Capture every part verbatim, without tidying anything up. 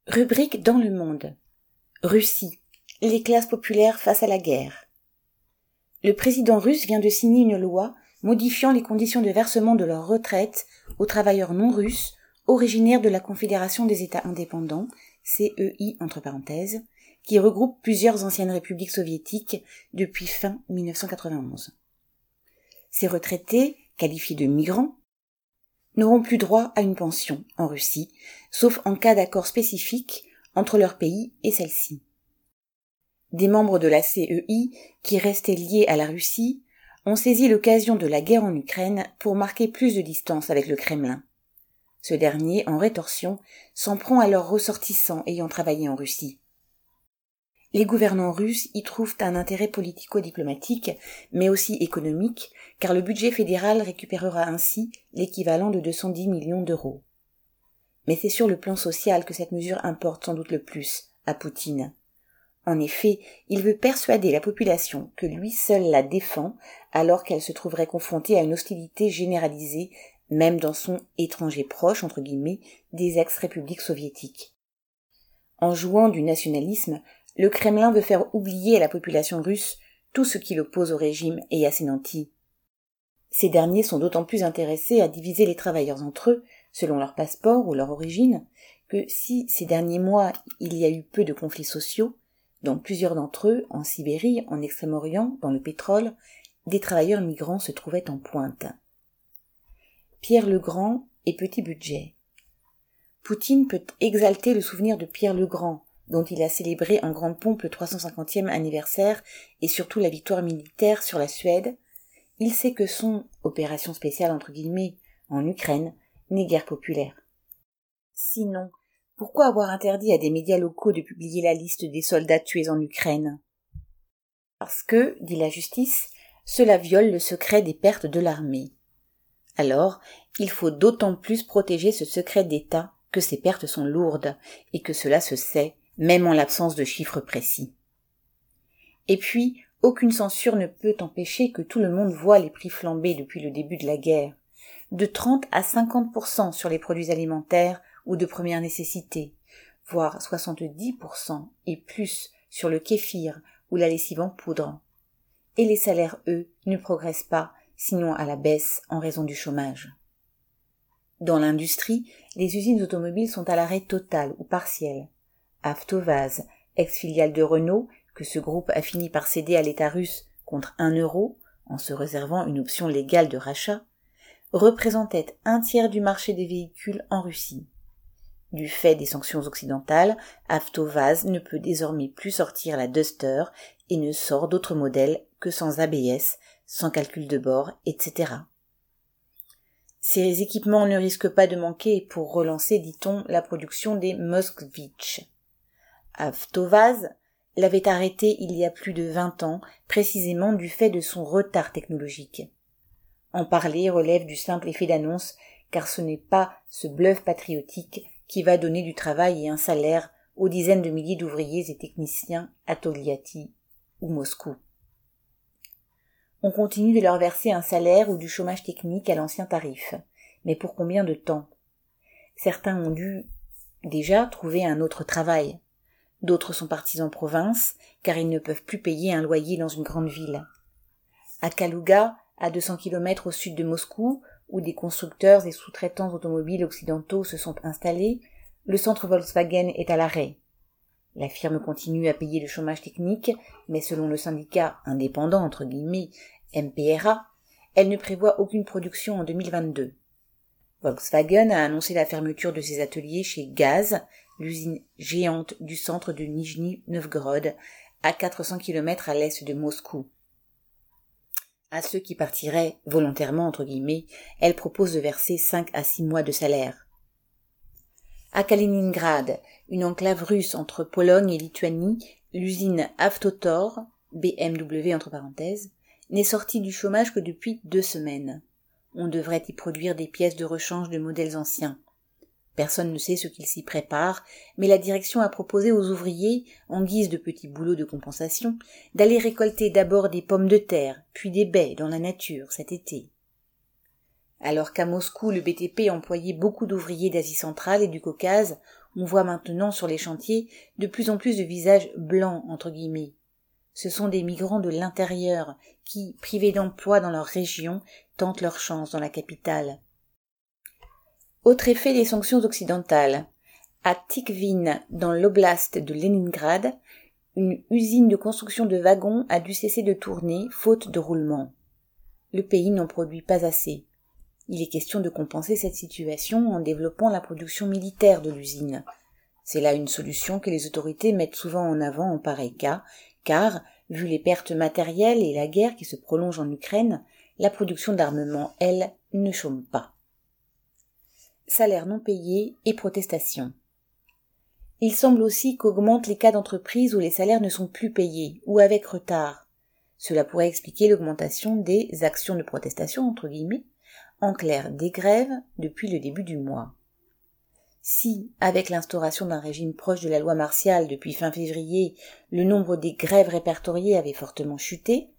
Rubrique dans le monde. Russie. Les classes populaires face à la guerre. Le président russe vient de signer une loi modifiant les conditions de versement de leur retraite aux travailleurs non russes originaires de la Confédération des États indépendants, C E I entre parenthèses, qui regroupe plusieurs anciennes républiques soviétiques depuis fin mille neuf cent quatre-vingt-onze. Ces retraités, qualifiés de migrants, n'auront plus droit à une pension en Russie, sauf en cas d'accord spécifique entre leur pays et celle-ci. Des membres de la C E I, qui restaient liés à la Russie, ont saisi l'occasion de la guerre en Ukraine pour marquer plus de distance avec le Kremlin. Ce dernier, en rétorsion, s'en prend à leurs ressortissants ayant travaillé en Russie. Les gouvernants russes y trouvent un intérêt politico-diplomatique, mais aussi économique, car le budget fédéral récupérera ainsi l'équivalent de deux cent dix millions d'euros. Mais c'est sur le plan social que cette mesure importe sans doute le plus à Poutine. En effet, il veut persuader la population que lui seul la défend, alors qu'elle se trouverait confrontée à une hostilité généralisée, même dans son étranger proche, entre guillemets, des ex-républiques soviétiques. En jouant du nationalisme, le Kremlin veut faire oublier à la population russe tout ce qui l'oppose au régime et à ses nantis. Ces derniers sont d'autant plus intéressés à diviser les travailleurs entre eux, selon leur passeport ou leur origine, que si ces derniers mois il y a eu peu de conflits sociaux, dans plusieurs d'entre eux, en Sibérie, en Extrême-Orient, dans le pétrole, des travailleurs migrants se trouvaient en pointe. Pierre le Grand et petit budget. Poutine peut exalter le souvenir de Pierre le Grand, dont il a célébré en grande pompe le trois cent cinquantième anniversaire et surtout la victoire militaire sur la Suède. Il sait que son opération spéciale entre guillemets en Ukraine n'est guère populaire. Sinon, pourquoi avoir interdit à des médias locaux de publier la liste des soldats tués en Ukraine ? Parce que, dit la justice, cela viole le secret des pertes de l'armée. Alors, il faut d'autant plus protéger ce secret d'État que ces pertes sont lourdes et que cela se sait, même en l'absence de chiffres précis. Et puis, aucune censure ne peut empêcher que tout le monde voie les prix flamber depuis le début de la guerre, de trente à cinquante pour cent sur les produits alimentaires ou de première nécessité, voire soixante-dix pour cent et plus sur le kéfir ou la lessive en poudre. Et les salaires, eux, ne progressent pas, sinon à la baisse en raison du chômage. Dans l'industrie, les usines automobiles sont à l'arrêt total ou partiel. Avtovaz, ex-filiale de Renault, que ce groupe a fini par céder à l'État russe contre un euro, en se réservant une option légale de rachat, représentait un tiers du marché des véhicules en Russie. Du fait des sanctions occidentales, Avtovaz ne peut désormais plus sortir la Duster et ne sort d'autres modèles que sans A B S, sans calcul de bord, et cetera. Ces équipements ne risquent pas de manquer pour relancer, dit-on, la production des Moskvitch. Avtovaz l'avait arrêté il y a plus de vingt ans, précisément du fait de son retard technologique. En parler relève du simple effet d'annonce, car ce n'est pas ce bluff patriotique qui va donner du travail et un salaire aux dizaines de milliers d'ouvriers et techniciens à Togliatti ou Moscou. On continue de leur verser un salaire ou du chômage technique à l'ancien tarif. Mais pour combien de temps ? Certains ont dû déjà trouver un autre travail. D'autres sont partis en province, car ils ne peuvent plus payer un loyer dans une grande ville. À Kalouga, à deux cents kilomètres au sud de Moscou, où des constructeurs et sous-traitants automobiles occidentaux se sont installés, le centre Volkswagen est à l'arrêt. La firme continue à payer le chômage technique, mais selon le syndicat indépendant, entre guillemets, M P R A, elle ne prévoit aucune production en deux mille vingt-deux. Volkswagen a annoncé la fermeture de ses ateliers chez Gaz, l'usine géante du centre de Nijni Novgorod, à quatre cents kilomètres à l'est de Moscou. À ceux qui partiraient volontairement, entre guillemets, elle propose de verser cinq à six mois de salaire. À Kaliningrad, une enclave russe entre Pologne et Lituanie, l'usine Avtotor, B M W entre parenthèses, n'est sortie du chômage que depuis deux semaines. On devrait y produire des pièces de rechange de modèles anciens. Personne ne sait ce qu'il s'y prépare, mais la direction a proposé aux ouvriers, en guise de petits boulots de compensation, d'aller récolter d'abord des pommes de terre, puis des baies dans la nature cet été. Alors qu'à Moscou, le B T P employait beaucoup d'ouvriers d'Asie centrale et du Caucase, On voit maintenant sur les chantiers de plus en plus de visages blancs, entre guillemets. Ce sont des migrants de l'intérieur qui, privés d'emploi dans leur région, tentent leur chance dans la capitale. Autre effet des sanctions occidentales. À Tikhvin, dans l'oblast de Leningrad, une usine de construction de wagons a dû cesser de tourner, faute de roulement. Le pays n'en produit pas assez. Il est question de compenser cette situation en développant la production militaire de l'usine. C'est là une solution que les autorités mettent souvent en avant en pareil cas, car, vu les pertes matérielles et la guerre qui se prolonge en Ukraine, la production d'armement, elle, ne chôme pas. Salaires non payés et protestations. Il semble aussi qu'augmentent les cas d'entreprises où les salaires ne sont plus payés, ou avec retard. Cela pourrait expliquer l'augmentation des actions de protestation, entre guillemets, en clair des grèves depuis le début du mois. Si, avec l'instauration d'un régime proche de la loi martiale depuis fin février, le nombre des grèves répertoriées avait fortement chuté,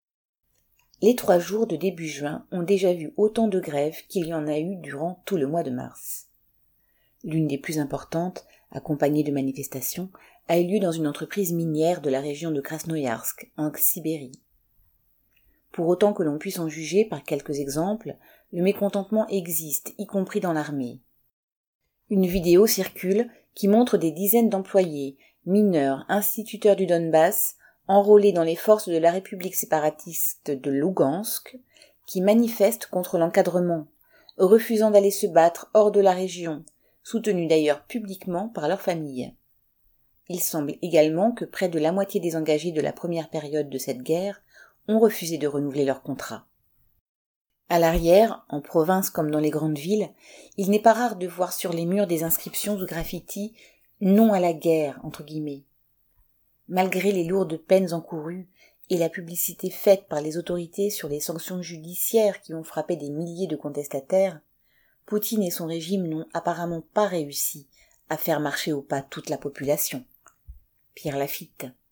les trois jours de début juin ont déjà vu autant de grèves qu'il y en a eu durant tout le mois de mars. L'une des plus importantes, accompagnée de manifestations, a eu lieu dans une entreprise minière de la région de Krasnoïarsk, en Sibérie. Pour autant que l'on puisse en juger par quelques exemples, le mécontentement existe, y compris dans l'armée. Une vidéo circule qui montre des dizaines d'employés, mineurs, instituteurs du Donbass, enrôlés dans les forces de la République séparatiste de Lougansk, qui manifestent contre l'encadrement, refusant d'aller se battre hors de la région, soutenus d'ailleurs publiquement par leurs familles. Il semble également que près de la moitié des engagés de la première période de cette guerre ont refusé de renouveler leur contrat. À l'arrière, en province comme dans les grandes villes, il n'est pas rare de voir sur les murs des inscriptions ou graffitis « Non à la guerre » entre guillemets. Malgré les lourdes peines encourues et la publicité faite par les autorités sur les sanctions judiciaires qui ont frappé des milliers de contestataires, Poutine et son régime n'ont apparemment pas réussi à faire marcher au pas toute la population. Pierre Lafitte.